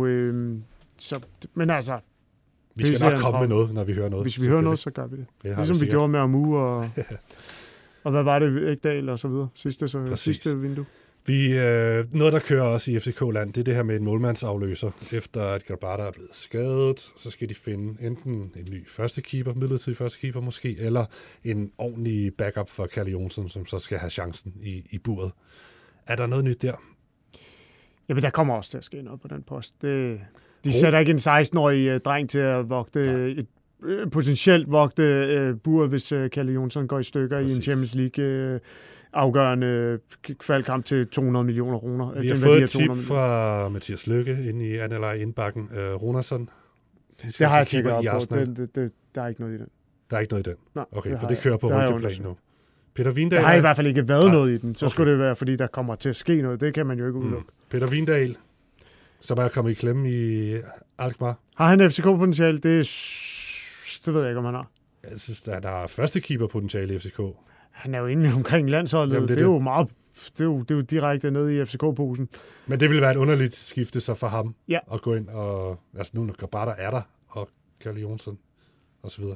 Men altså... Vi skal nok komme med noget, når vi hører noget. Hvis vi hører noget, så gør vi det. Ligesom vi gjorde med Amu og hvad var det, Ekdal og så videre, sidste vindue. Noget, der kører også i FCK-land, det er det her med en målmandsafløser. Efter at Grabada er blevet skadet, så skal de finde enten en ny midlertidig første keeper måske, eller en ordentlig backup for Kalle Jonsson, som så skal have chancen i buret. Er der noget nyt der? Jamen, der kommer også til at ske noget på den post. De sætter ikke en 16-årig dreng til at potentielt vogte buret, hvis Kalle Jonsson går i stykker. Præcis. I en Champions League afgørende kvalkamp til 200 millioner kroner. Vi har fået et tip fra Mathias Lykke inde i Annelej indbakken. Runarsson. Det har jeg tjekket op på. Der er ikke noget i den. Der er ikke noget i den? Nej, okay, for det kører på højdeplan nu. Peter Vindahl. Der har i hvert fald ikke været noget i den. Så skulle det være, fordi der kommer til at ske noget. Det kan man jo ikke udelukke. Peter Vindahl, som er kommet i klemme i Alkmaar. Har han FCK-potentiale? Det ved jeg ikke, om han har. Jeg synes, der er første keeper-potentiale i FCK. Han er jo inde omkring landsholdet. Jamen, det er jo meget... Det er jo direkte nede i FCK-posen. Men det ville være et underligt skifte så for ham at gå ind og... Altså nu, når Grabada er der, og Kalle Jonsson og så videre.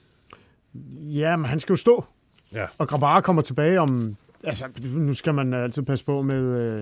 Ja, men han skal jo stå. Ja. Og Grabada kommer tilbage om... Altså, nu skal man altid passe på med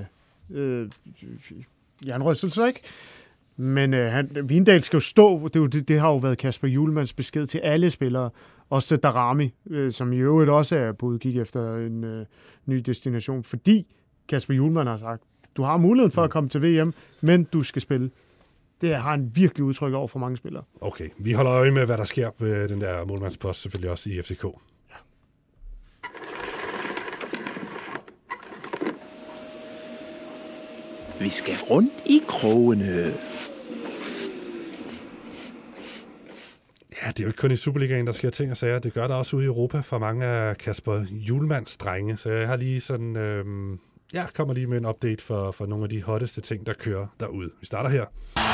jernrystelser, ikke? Men Vindahl skal jo stå. Det har jo været Kasper Hjulmands besked til alle spillere. Også til Darami, som i øvrigt også er på udkig efter en ny destination. Fordi Kasper Hjulmand har sagt, du har muligheden for at komme til VM, men du skal spille. Det har han virkelig udtryk over for mange spillere. Okay, vi holder øje med, hvad der sker med den der målmandspost, selvfølgelig også i FCK. Ja. Vi skal rundt i krogene. Ja, det er jo ikke kun i Superligaen, der sker ting og sager. Det gør der også ude i Europa for mange af Kasper Hjulmands drenge. Så jeg har lige sådan... kommer lige med en update for nogle af de hotteste ting, der kører derude. Vi starter her.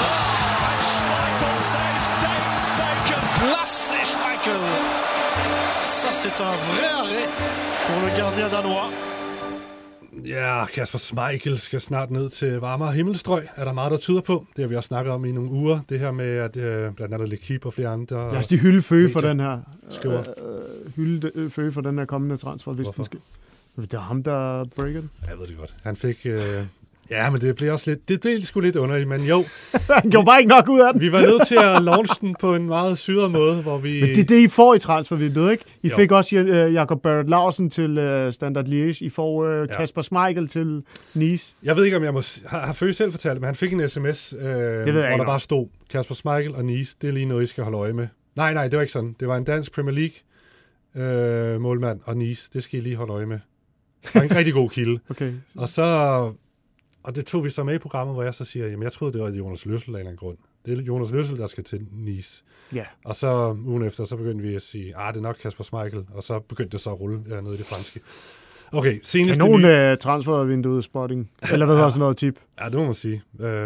Schmeichel. Ça, c'est un vrai arrêt pour le gardien danois. Ja, Kasper Schmeichel skal snart ned til varmere himmelstrøg. Er der meget, der tyder på? Det har vi også snakket om i nogle uger. Det her med, at blandt andet L'Equipe og flere andre... Jeg har lige hylde Føge for den her. Hylde Føge for den her kommende transfer. Hvorfor? Det er ham, der breaker den. Jeg ved det godt. Han fik... Ja, men det blev også lidt... Det blev sgu lidt underligt, men jo. Han gjorde bare ikke nok ud af den. Vi var nødt til at launche den på en meget syret måde, hvor vi... Men det er det, I får i transfervinduet, ikke? I fik også Jakob Barrett Larsen til Standard Liège. I får Kasper Schmeichel til Nice. Jeg ved ikke, om jeg har Føge selv fortalt, men han fik en sms, hvor der bare stod, Kasper Schmeichel og Nice, det er lige noget, I skal holde øje med. Nej, det var ikke sådan. Det var en dansk Premier League målmand og Nice. Det skal I lige holde øje med. Det var en rigtig god kilde. Okay. Og det tog vi så med i programmet, hvor jeg så siger, jamen jeg troede, det var Jonas Løssel af en eller anden grund. Det er Jonas Løssel, der skal til Nice. Ja. Og så ugen efter, så begyndte vi at sige, det er nok Kasper Schmeichel, og så begyndte det så at rulle nede i det franske. Okay, senest... Kan nogen transfervinduet spotting? Eller hvad hedder sådan noget tip? Ja, det må man sige.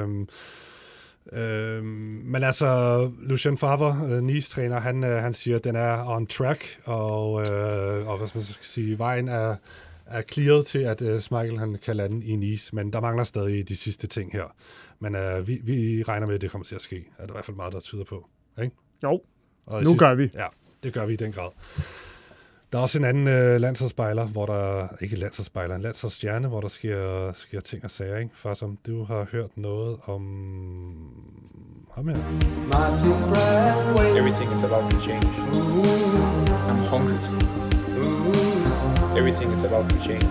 Men altså, Lucien Favre, Nice-træner, han siger, at den er on track, og hvad skal man sige, vejen er clearet til, at Schmeichel han kan lande i Nice, men der mangler stadig de sidste ting her. Men vi regner med, at det kommer til at ske. Er der i hvert fald meget, der tyder på. Ikke? Jo, nu gør vi. Ja, det gør vi i den grad. Der er også en anden landsholdsspejler, hvor der... Ikke landsholdsspejler, en landsholdsstjerne, hvor der sker ting og sager, ikke? For som du har hørt noget om... Ham her. Everything is about to change. I'm hungry. Everything is about to change.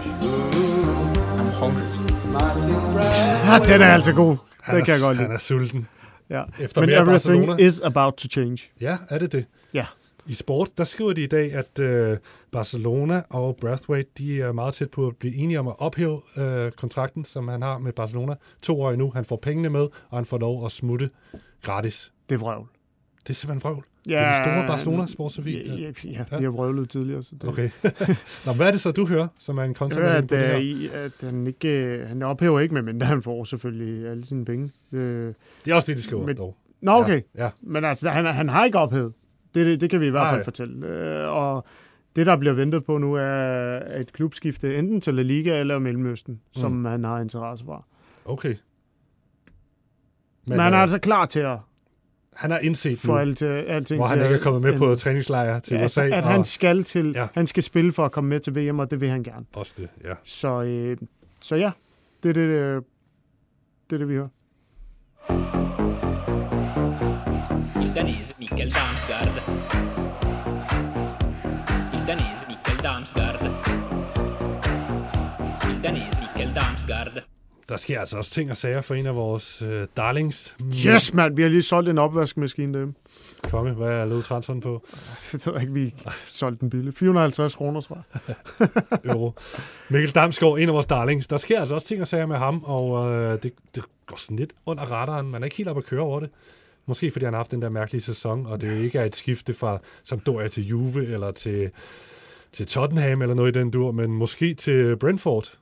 I'm hungry. Den er altså god. Det kan jeg godt lide. Han er sulten. efter men mere everything Barcelona. is about to change. Ja, er det? Ja. I Sport, der skriver de i dag, at Barcelona og Braithwaite, de er meget tæt på at blive enige om at ophæve kontrakten, som han har med Barcelona. 2 år endnu. Han får pengene med, og han får lov at smutte gratis. Det er vrøvl. Det er simpelthen vrøvl. Ja, det er den store Barcelona-sportsofil. Ja, de har vrøvlet tidligere. Så det. Okay. Nå, hvad er det så, du hører, som er en kontra på det her? At han ophæver ikke, medmindre han får selvfølgelig alle sine penge. Det er også det, de skriver, dog. Nå, okay. Ja. Men altså, han har ikke ophævet. Det kan vi i hvert fald fortælle. Og det, der bliver ventet på nu, er et klubskifte enten til La Liga eller Mellemøsten, som han har interesse for. Okay. Men han er altså klar til at han har indset for alting hvor han ikke er kommet med på træningslejre til USA. At han skal han skal spille for at komme med til VM, og det vil han gerne. Også det, ja. Så ja, det er det, vi hører. Danese Mikkel Damsgaard. Danese Mikkel Damsgaard. Der sker altså også ting og sager for en af vores darlings. Yes, mand! Vi har lige solgt en opvaskemaskine dem. Konge, hvad er lød transferen på? Det ved jeg ikke, vi solgte den billig. 450 kroner, tror jeg. Euro. Mikkel Damsgaard, en af vores darlings. Der sker altså også ting og sager med ham, og det går sådan lidt under radaren. Man er ikke helt oppe at køre over det. Måske fordi han har haft den der mærkelige sæson, og det ikke er et skifte fra Sampdoria til Juve, eller til Tottenham, eller noget i den dur, men måske til Brentford.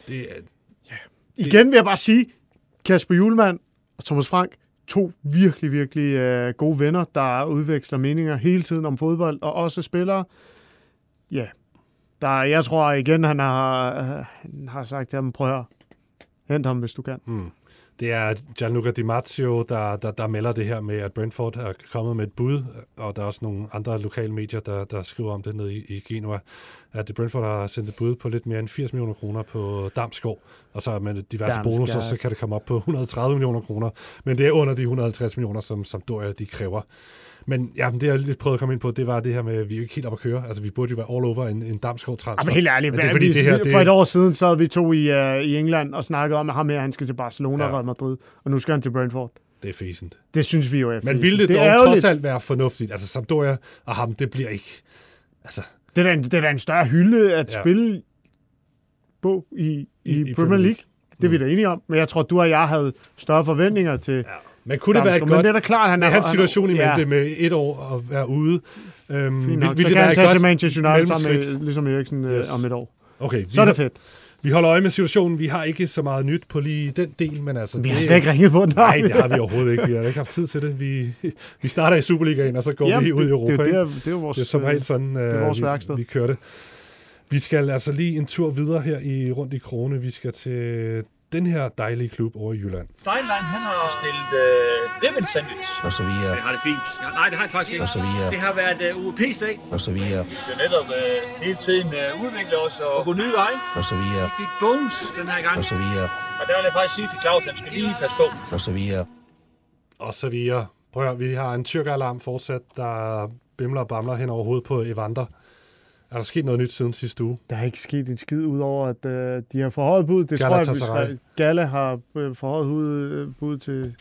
Igen vil jeg bare sige, Kasper Hjulmand og Thomas Frank, 2 virkelig, virkelig gode venner, der udveksler meninger hele tiden om fodbold, og også spillere. Ja, jeg tror igen, han har sagt til ham, prøv at hente ham, hvis du kan. Det er Gianluca Di Marzio, der melder det her med, at Brentford er kommet med et bud, og der er også nogle andre lokale medier, der skriver om det nede i Genua, at Brentford har sendt et bud på lidt mere end 80 millioner kroner på Damsgaard, og så med diverse bonusser, så kan det komme op på 130 millioner kroner, men det er under de 150 millioner, som Sampdoria de kræver. Men ja, det jeg lidt prøvede at komme ind på, det var det her med, at vi er ikke helt op at køre. Altså, vi burde jo være all over en Damsgaard-transfer. Men helt ærligt, det er, fordi det her, for et år siden sad vi 2 i England og snakkede om, at ham her, han skal til Barcelona og Real Madrid, og nu skal han til Brentford. Det er fæsent. Det synes vi jo er fæsent. Men ville det dog trods alt være fornuftigt? Altså, Sampdoria og ham, det bliver ikke... Altså... Det er da en større hylde at spille på i Premier League. Det er vi da enige om. Men jeg tror, du og jeg havde større forventninger til... Ja. Men kunne det være godt, men det er da klart, han med hans situation i mente med 1 år at være ude? Så kan han tage til Manchester United sammen med ligesom Eriksen om 1 år. Okay, så er det fedt. Vi holder øje med situationen. Vi har ikke så meget nyt på lige den del, men altså... Vi har slet ikke ringet på den. Nej, det har vi overhovedet ikke. Vi har ikke haft tid til det. Vi starter i Superligaen, og så går vi ud i Europa. Det er vores, det er som helt sådan, det er vores værksted. Vi kører det. Vi skal altså lige en tur videre her rundt i Krone. Vi skal til den her dejlige klub over i Jylland. Steinlein, han har stillet ribbon sandwich. Og så videre. Det har det fint. Ja, nej, det har det faktisk ikke. Og så videre. Det har været UEP-dag. Og så videre. Vi skal netop hele tiden udvikle os og gå nye veje. Og så videre. Vi fik bonus den her gang. Og så videre. Og der vil jeg faktisk sige til Claus, at han skal lige passe på. Og så videre. Og så videre. Prøv at, vi har en tyrker-alarm fortsat, der bimler og bamler hen over hovedet på Evander. Er der sket noget nyt siden sidste uge? Der er ikke sket et skid, udover at de har forhøjet bud. Det tror jeg, Gala har forhøjet bud til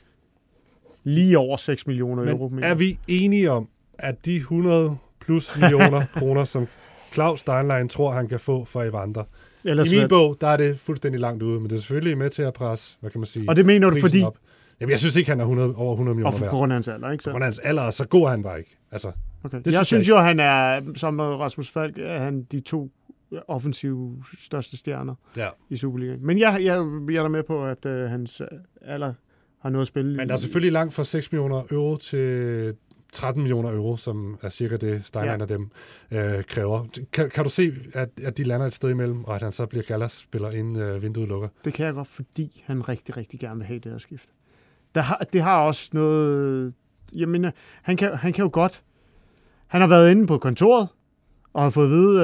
lige over 6 millioner euro. Men er vi enige om, at de 100 plus millioner kroner, som Claus Steinlein tror, han kan få for Evander? I min bog, der er det fuldstændig langt ude, men det er selvfølgelig med til at presse, hvad kan man sige, og det mener du, fordi... Op. Jamen, jeg synes ikke, han er over 100 millioner værd. Og på grund af hans alder, ikke så? På grund af hans alder, så går han bare ikke. Altså, okay. Jeg synes jo, han er, som Rasmus Falk, er han de 2 offensive største stjerner i Superligaen. Men jeg er der med på, at hans alder har noget at spille. Men der er selvfølgelig langt fra 6 millioner euro til 13 millioner euro, som er cirka det, Steinlein og dem kræver. Kan du se, at de lander et sted imellem, og at han så bliver Gallas-spiller, inden vinduet lukker? Det kan jeg godt, fordi han rigtig, rigtig gerne vil have det her skift. Det har også noget... Jeg mener, han kan jo godt... Han har været inde på kontoret, og har fået at vide,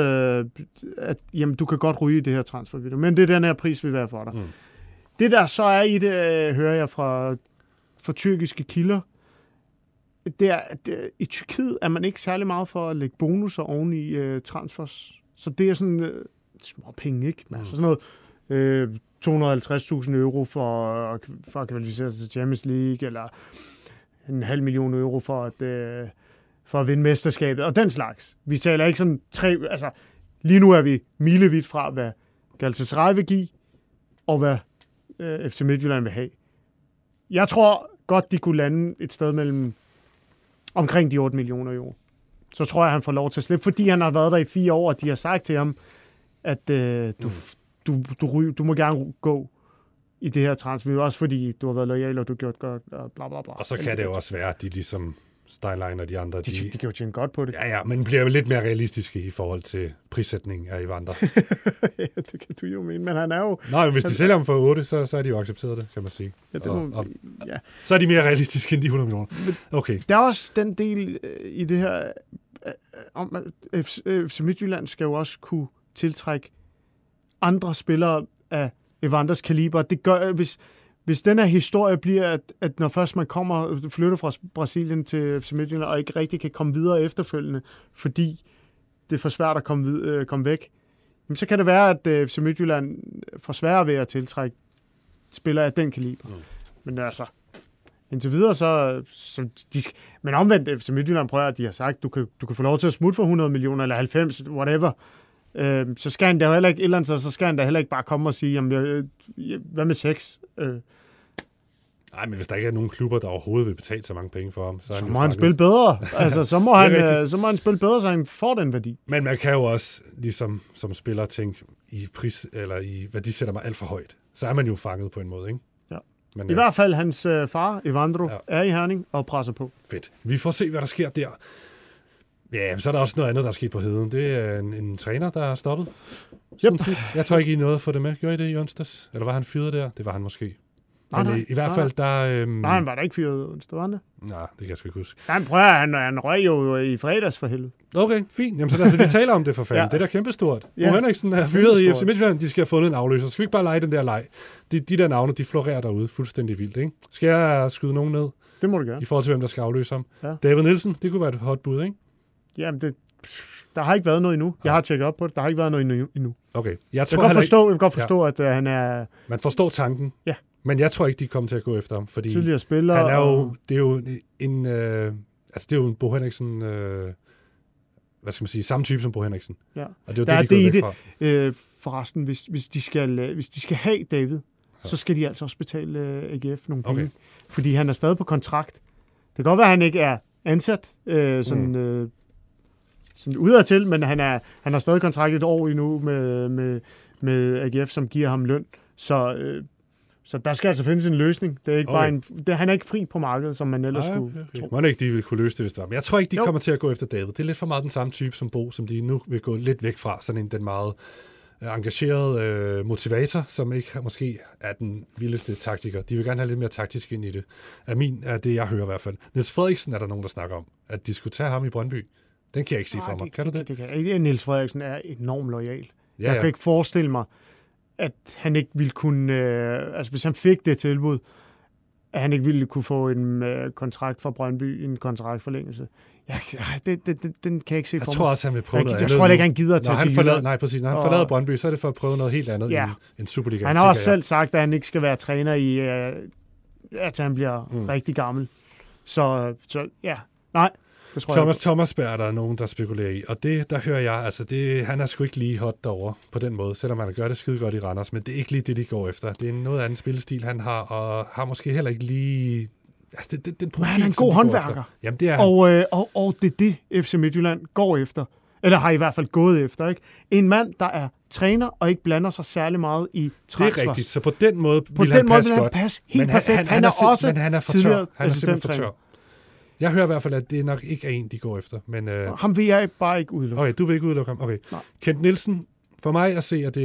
at jamen, du kan godt ryge i det her transfervindue, men det er den her pris, vi vil være for dig. Det der så er i det, hører jeg fra tyrkiske kilder, det er, i Tyrkiet er man ikke særlig meget for at lægge bonusser oven i transfers. Så det er sådan små penge, ikke? Men altså sådan noget 250.000 euro for at kvalificere sig til Champions League, eller 500.000 euro for at vinde mesterskabet, og den slags. Vi taler ikke sådan lige nu er vi milevidt fra, hvad Galatasaray vil give, og hvad FC Midtjylland vil have. Jeg tror godt, de kunne lande et sted mellem omkring de 8 millioner euro. Så tror jeg, han får lov til at slippe, fordi han har været der i 4 år, og de har sagt til ham, at du må gerne gå i det her transfer, også fordi du har været loyal, og du har gjort godt, og bla bla bla. Og så kan det jo også være, at de ligesom Steinlein og de andre... De kan jo tjene godt på det. Ja, men bliver jo lidt mere realistiske i forhold til prissætning af Evander. Ja, det kan du jo mene, men han er jo... Nej, hvis de sælger ham for 8, så er de jo accepteret det, kan man sige. Ja, ja. Så er de mere realistiske end de 100 millioner. Okay. Der er også den del i det her, om at FC Midtjylland skal jo også kunne tiltrække andre spillere af Evanders kaliber. Det gør, hvis den her historie bliver, at når først man flytter fra Brasilien til FC Midtjylland, og ikke rigtig kan komme videre efterfølgende, fordi det er for svært at komme væk, så kan det være, at FC Midtjylland får sværere ved at tiltrække spillere af den kaliber. Men altså, indtil videre, men omvendt FC Midtjylland prøver, at de har sagt, du kan få lov til at smutte for 100 millioner, eller 90, whatever. Så skal han da heller ikke, så skal han da heller ikke bare komme og sige, jamen, hvad med 6? Nej, men hvis der ikke er nogen klubber, der overhovedet vil betale så mange penge for ham, så må han spille bedre. Altså, så må han spille bedre, så han får den værdi. Men man kan jo også, ligesom som spiller, tænke i pris, eller i hvad de sætter mig alt for højt. Så er man jo fanget på en måde, ikke? Ja. Men, i hvert fald hans far, Evandro, er i Herning og presser på. Fedt. Vi får se, hvad der sker der. Ja, så er der også noget andet, der er sket på Heden. Det er en træner, der er stoppet. Sidst. Jeg tror ikke, I nåede at få det med. Gjorde I det i onsdags? Eller var han fyret der? Det var han måske. Men i hvert fald, der... Nej, han var da ikke fyret onsdag, var han det? Nej, det kan jeg sgu ikke huske. Han røg jo i fredags for helvede. Okay, fint. Jamen, så altså, de taler om det for fanden. Ja. Det er da kæmpestort. Ja. Bo Henriksen er fyret i FC Midtjylland. De skal have fundet en afløser. Skal vi ikke bare lege den der leg? De der navne, de florerer derude fuldstændig vildt, ikke? Skal jeg skyde nogen ned? Det må du gøre. I forhold til, hvem der skal afløse ham. Ja. David Nielsen, det kunne være et hot bud, ikke? Jamen, der har ikke været noget endnu. Jeg har tjekket op på det. Der har ikke været noget endnu. Okay. Jeg kan godt forstå, at han er... Man forstår tanken. Ja. Men jeg tror ikke, de kommer til at gå efter ham, fordi tidligere spiller, han er jo, det er jo en, det er jo en Bo Henriksen, hvad skal man sige, samme type som Bo Henriksen. Ja. Og det er jo det, de går væk fra. Forresten, hvis de skal have David, så skal de altså også betale AGF nogle penge, fordi han er stadig på kontrakt. Det kan godt være, at han ikke er ansat sådan udadtil, men han har stadig kontrakt et år endnu med AGF, som giver ham løn. Så der skal altså findes en løsning. Det er ikke bare han er ikke fri på markedet, som man ellers skulle tro. Må ikke, de vil kunne løse det, hvis det var. Men jeg tror ikke, de kommer til at gå efter David. Det er lidt for meget den samme type som Bo, som de nu vil gå lidt væk fra. Sådan den meget engagerede motivator, som ikke måske er den vildeste taktiker. De vil gerne have lidt mere taktisk ind i det. Er det, jeg hører i hvert fald. Niels Frederiksen er der nogen, der snakker om, at de skulle tage ham i Brøndby. Den kan jeg ikke sige for mig. Kan du det? Det kan. Niels Frederiksen er enormt loyal. Ja, jeg kan ikke forestille mig, at han ikke ville kunne... hvis han fik det tilbud, at han ikke ville kunne få en kontrakt fra Brøndby, en kontraktforlængelse. Den kan jeg ikke se for mig. Jeg tror også, han vil prøve noget andet. Jeg tror ikke, han gider til Jylland. Nej, præcis. Når han forlader Brøndby, så er det for at prøve noget helt andet end Superliga. Han har også selv sagt, at han ikke skal være træner i... at han bliver rigtig gammel. Så ja, nej. Thomasberg der er nogen, der spekulerer i, og det, der hører jeg, altså han er sgu ikke lige hot derovre på den måde, selvom man gør det skide godt i Randers, men det er ikke lige det, de går efter. Det er noget anden spillestil, han har, og har måske heller ikke lige... Altså, den profil, han er en god håndværker. Jamen, det er han. Og det er det, FC Midtjylland går efter. Eller har i hvert fald gået efter, ikke? En mand, der er træner og ikke blander sig særlig meget i transfers. Det er rigtigt, så på den måde vil han passe godt. Helt perfekt. Han er også han er for tør. Han er simpelthen for tør. Jeg hører i hvert fald, at det nok ikke er en, de går efter. Men, ham vil jeg bare ikke udelukke. Okay, du vil ikke udelukke ham. Okay. Nej. Kent Nielsen, for mig at se,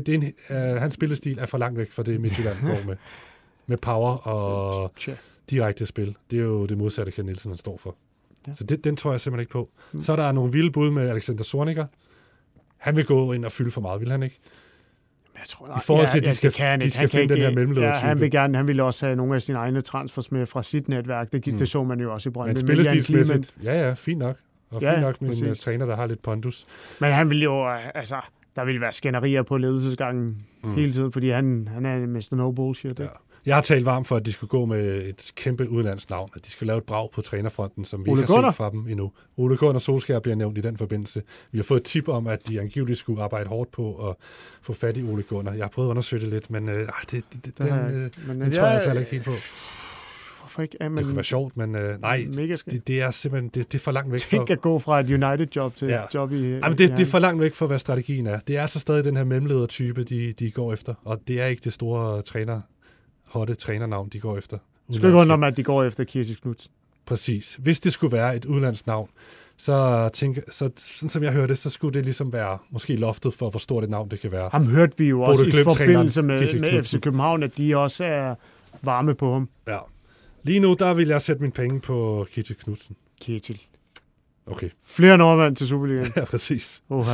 at hans spillestil er for langt væk fra det, Midtjylland går med power og direkte spil. Det er jo det modsatte, Kent Nielsen han står for. Ja. Så den tror jeg simpelthen ikke på. Så er der nogle vilde bud med Alexander Zorniger. Han vil gå ind og fylde for meget, vil han ikke? Jeg tror, i forhold til, at de skal finde den her mellemledertype. Han vil også have nogle af sine egne transfers med fra sit netværk. Det så man jo også i Brøndby. Men spillestilsmæssigt, fint nok. Og fint nok med en træner, der har lidt pondus. Men han vil jo, der vil være skænderier på ledelsesgangen hele tiden, fordi han er Mr. No Bullshit. Ja. Jeg har talt varmt for, at de skulle gå med et kæmpe udenlandsnavn, at de skal lave et brag på trænerfronten, som vi ikke har set fra dem endnu. Ole Gunnar Solskjær bliver nævnt i den forbindelse. Vi har fået et tip om, at de angiveligt skulle arbejde hårdt på at få fat i Ole Gunnar. Jeg har prøvet at undersøge det lidt, men den tror jeg altså ikke helt på. Hvorfor ikke? Det kunne være sjovt, men nej, det er simpelthen det er for langt væk. Tænk at gå fra et United-job til et job i... Jamen, det er for langt væk fra, hvad strategien er. Det er så stadig den her mellemledertype, de går efter, og det er ikke det store hotte trænernavn, de går efter. Det skal ikke undre mig, at de går efter Kirsi Knudsen. Præcis. Hvis det skulle være et udlandsnavn, så sådan som jeg hørte, så skulle det ligesom være måske loftet for, hvor stort et navn det kan være. Ham hørte vi jo også i forbindelse med FC København, at de også er varme på ham. Ja. Lige nu, der vil jeg sætte mine penge på Kirsi Knudsen. Ketil. Okay. Flere nordmænd til Superligaen. Ja, præcis. Oha.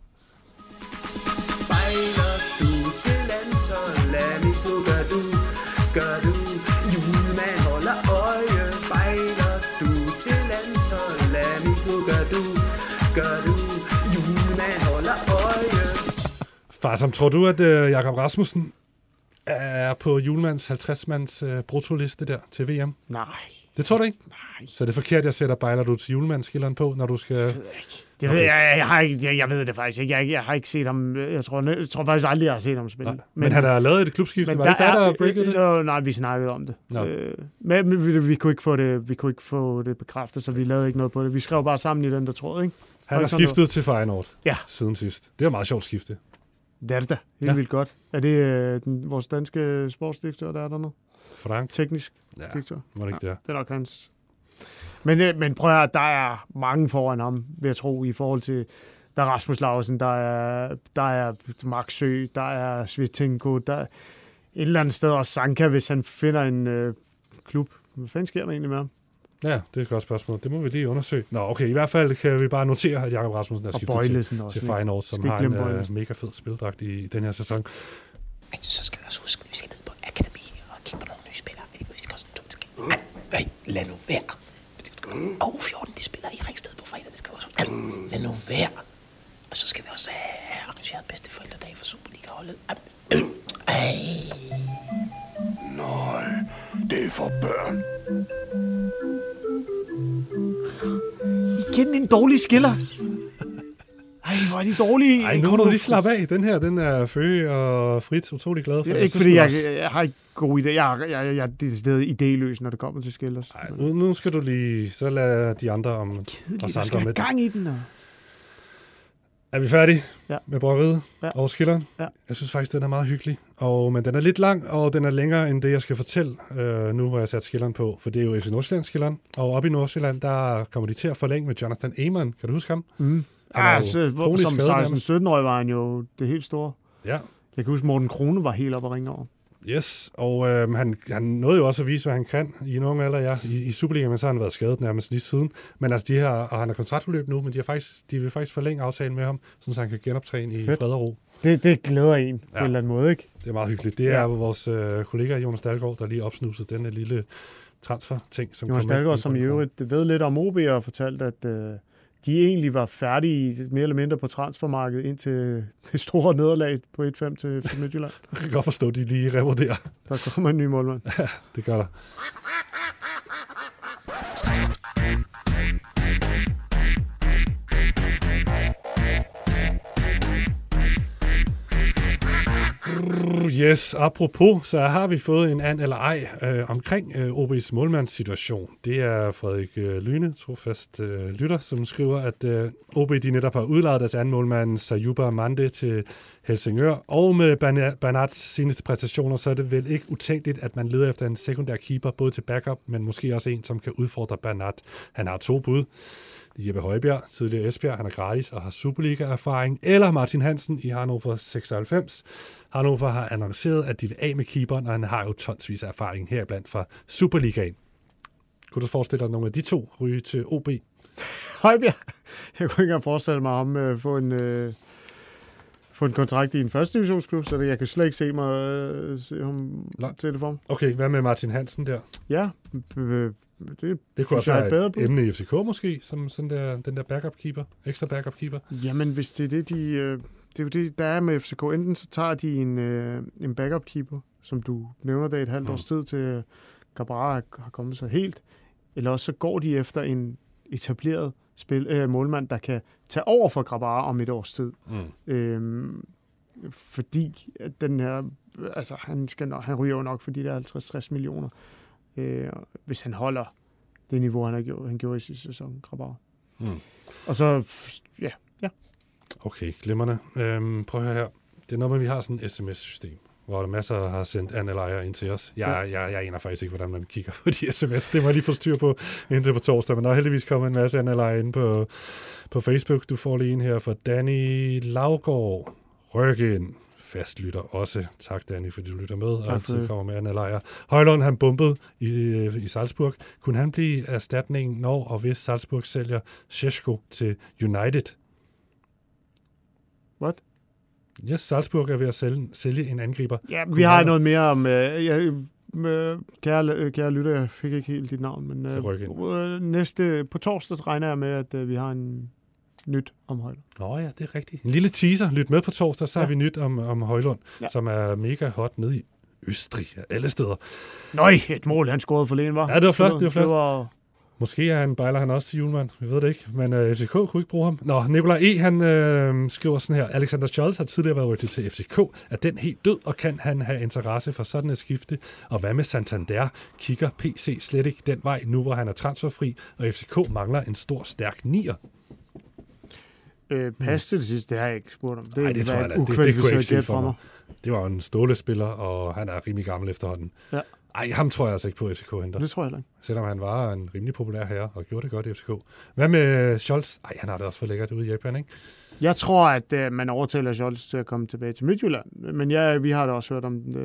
Gør du, julemand holder øje, bejler du til landshold, lad mig gå, gør du, julemand holder øje. Far, som tror du, at Jakob Rasmussen er på julemands 50-mands brutoliste der til VM? Nej. Det tror du ikke? Nej. Så det er forkert, jeg sætter bejler du til julemandsskilleren på, når du skal... Det ved jeg ikke. Det ved jeg ved det faktisk ikke. Jeg har ikke set ham. Jeg tror faktisk aldrig, jeg har set ham spille. Men han har lavet et klubskifte. Var det der breaket det? Nej, vi snakkede om det. Men vi kunne ikke få det bekræftet, så vi lavede ikke noget på det. Vi skrev bare sammen i den der tråd, ikke? Han har skiftet til Feyenoord siden sidst. Det var meget sjovt skifte. Det er det da. Helt vildt godt. Er det vores danske sportsdirektør, der er dernede? Frank. Teknisk direktør. Var det ikke det? Det er nok hans. Men prøv at høre, der er mange foran ham, vil jeg tro, i forhold til, der er Rasmus Lausen, der er Max Sø, der er Svitsenko, der er et eller andet sted også Sanka, hvis han finder en klub. Hvad fanden sker der egentlig med ham? Ja, det er et godt spørgsmål. Det må vi lige undersøge. Nå, okay, i hvert fald kan vi bare notere, at Jakob Rasmussen er skiftet til Feyenoord, som har en mega fed spildragt i den her sæson. Så skal vi også huske, at vi skal ned på akademi og kigge på nogle nye spillere. Vi skal også lad nu være. Og U14, de spiller i Ringsted på fredag. Det skal vi også huske. Lad nu være. Og så skal vi også have arrangeret bedste forældredag for Superliga-holdet. Nej, det er for børn. Igen en dårlig skiller. Ej, hvor er de dårlige. Ej, nu må du lige slappe af. Den her, den er Føge og Fritz utrolig glad for. Ikke fordi jeg har ikke god idé. Jeg er decideret idéløs, når det kommer til skillers. Ej, nu skal du lige... Så lad de andre om... Kedeligt, der skal have gang i den. Er vi færdige med bryggeriet og skilleren? Ja. Jeg synes faktisk, den er meget hyggelig. Men den er lidt lang, og den er længere end det, jeg skal fortælle nu, hvor jeg sat skilleren på. For det er jo FC Nordsjælland-skilleren. Og oppe i Nordsjælland, der kommer de til at forlænge med Jonathan Amann. Kan du huske ham? Mm. Som 16-17-årig var han jo det helt store. Ja. Jeg kan huske, Morten Krone var helt oppe at ringe over. Yes, og han nåede jo også at vise, hvad han kan i en ung alder, i Superliga, men så har han været skadet nærmest lige siden. Men altså og han er kontraktudløb nu, men de vil faktisk forlænge aftalen med ham, så han kan genoptræne i fred og ro. Det glæder en på en eller anden måde, ikke? Det er meget hyggeligt. Det er vores kollega Jonas Dahlgaard, der lige opsnusede denne lille transfer-ting. Som Jonas Dahlgaard, som i øvrigt ved lidt om OB og fortalt, at de egentlig var færdige mere eller mindre på transfermarkedet indtil det store nederlag på 1-5 til Midtjylland. Jeg kan godt forstå, at de lige revurderer. Der kommer en ny målmand. Ja, det gør der. Yes, apropos, så har vi fået en and eller ej omkring OB's målmandssituation. Det er Frederik Lyne, trofast lytter, som skriver, at OB de netop har udlejet deres anden målmand, Sayuba Mande, til Helsingør. Og med Bernats seneste præstationer, så er det vel ikke utænkeligt, at man leder efter en sekundær keeper, både til backup, men måske også en, som kan udfordre Bernat. Han har 2 bud. Jeppe Højbjerg, tidligere Esbjerg, han er gratis og har Superliga-erfaring, eller Martin Hansen i Hannover 96. Hannover har annonceret, at de vil af med keeperen, og han har jo tonsvis af erfaring heriblandt fra Superligaen. Kunne du forestille dig nogle af de 2 ryge til OB? Højbjerg? Jeg kunne ikke engang forestille mig om få en kontrakt i en første divisionsklub, så jeg kan slet ikke se ham til det for mig. Okay, hvad med Martin Hansen der? Ja, det kunne også være et emne i FCK måske, som sådan den der backup-keeper, ekstra backup-keeper. Jamen, hvis det er det, det er jo det, der er med FCK. Enten så tager de en backup-keeper, som du nævner det, et halvt års tid til Grabara har kommet så helt, eller også så går de efter en etableret målmand, der kan tage over for Grabara om et års tid. Fordi den her, altså han ryger jo nok for de der 50-60 millioner, hvis han holder det niveau, han gjorde i sidste sæson, Grabara. Og så, ja. Okay, glimrende. Prøv at høre her. Det er noget med, vi har sådan et sms-system, hvor der masser har sendt anelejre ind til os. Jeg aner faktisk ikke, hvordan man kigger på de sms. Det må jeg lige få styr på indtil på torsdag, men der er heldigvis kommet en masse anelejre ind på Facebook. Du får lige en her fra Danny Laugård. Ryk ind. Fastlytter også. Tak, Danny, fordi du lytter med og altid kommer med anelejre. Højlund, han bumpede i Salzburg. Kunne han blive erstatningen, når og hvis Salzburg sælger Šeško til United? What? Yes, Salzburg er ved at sælge en angriber. Ja, vi har noget mere om... kære lytter, jeg fik ikke helt dit navn, men på torsdag regner jeg med, at vi har en nyt om Højlund. Nå ja, det er rigtigt. En lille teaser. Lyt med på torsdag, så har vi nyt om Højlund, som er mega hot nede i Østrig af alle steder. Nøj, et mål, han scorede forleden, var. Ja, det var flot. Det var... Måske bejler han også til julemand. Vi ved det ikke, men FCK kunne ikke bruge ham. Nå, Nikolaj E., han skriver sådan her. Alexander Scholz har tidligere været rygtet til FCK. Er den helt død, og kan han have interesse for sådan et skifte? Og hvad med Santander? Kigger PC slet ikke den vej, nu hvor han er transferfri, og FCK mangler en stor, stærk nier? Pas til det sidste, det har jeg ikke spurgt om. Nej, det tror jeg da. Det kunne jeg ikke se for mig. Det var en stålespiller, og han er rimelig gammel efterhånden. Ja. Ej, ham tror jeg altså ikke på, FCK henter. Det tror jeg ikke. Selvom han var en rimelig populær herre, og gjorde det godt i FCK. Hvad med Scholz? Ej, han har det også for lækkert ude i Japan, ikke? Jeg tror, at man overtaler Scholz til at komme tilbage til Midtjylland. Men ja, vi har da også hørt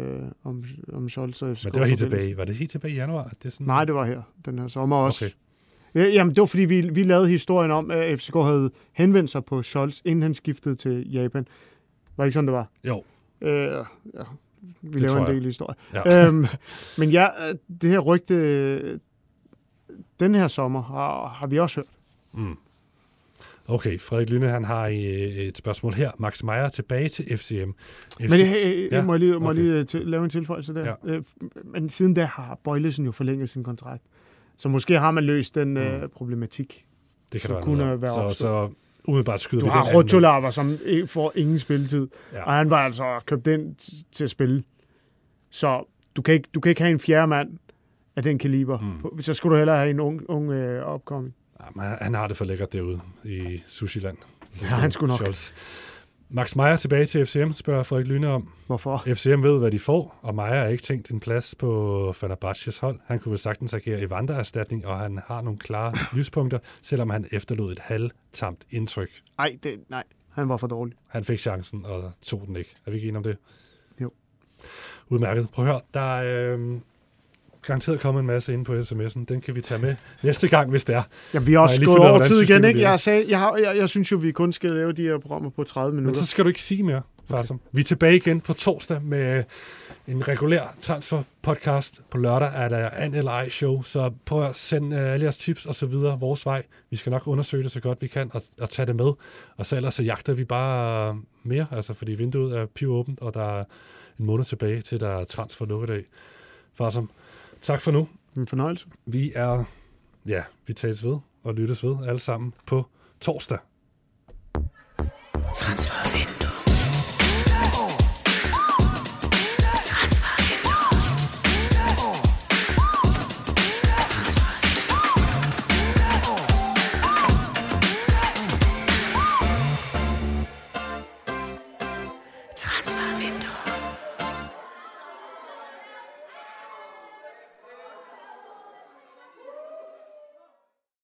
om Scholz og FCK. Men det var helt tilbage. Var det helt tilbage i januar? Det sådan... Nej, det var her. Den her sommer også. Okay. Jamen, det var fordi, vi lavede historien om, at FCK havde henvendt sig på Scholz, inden han skiftede til Japan. Var det ikke sådan, det var? Jo. Ja. Vi laver en del historie. Ja. Men ja, det her rygte, den her sommer, har vi også hørt. Okay, Frederik Lyne, han har et spørgsmål her. Max Meyer tilbage til FCM. Men må jeg lige lave en tilføjelse der. Ja. Men siden da har Bøjlesen jo forlænget sin kontrakt. Så måske har man løst den problematik. Det kan der være. Så umiddelbart skyder vi den. Du har Rotolava, som får ingen spilletid. Ja. Og han var altså købt ind til at spille. Så du kan ikke have en fjerde mand af den kaliber. Så skulle du hellere have en ung opkomming. Ja, han har det for lækkert derude i Sushiland. Ja, han skulle nok. Scholz. Max Meyer tilbage til FCM, spørger Frederik Lyne om. Hvorfor? FCM ved, hvad de får, og Meyer har ikke tænkt en plads på Fenerbahces hold. Han kunne vel sagtens agere i vandreerstatning, og han har nogle klare lyspunkter, selvom han efterlod et halvtamt indtryk. Nej, han var for dårlig. Han fik chancen, og tog den ikke. Er vi ikke enige om det? Jo. Udmærket. Prøv at høre, der er garanteret kommet en masse inde på sms'en. Den kan vi tage med næste gang, hvis det er. Ja, vi har også gået over tid igen, ikke? Jeg synes jo, vi kun skal lave de her programmer på 30 minutter. Men så skal du ikke sige mere, Farsom. Okay. Vi er tilbage igen på torsdag med en regulær transfer-podcast. På lørdag er der an eller ej show, så prøv at sende alle jeres tips og så videre vores vej. Vi skal nok undersøge det så godt vi kan og tage det med. Og så ellers så jagter vi bare mere, altså fordi vinduet er pivåbent, og der er en måned tilbage til der er transfer-lukkedag. Farsom, tak for nu. En fornøjelse. Vi tales ved og lyttes ved alle sammen på torsdag. Transfervindue.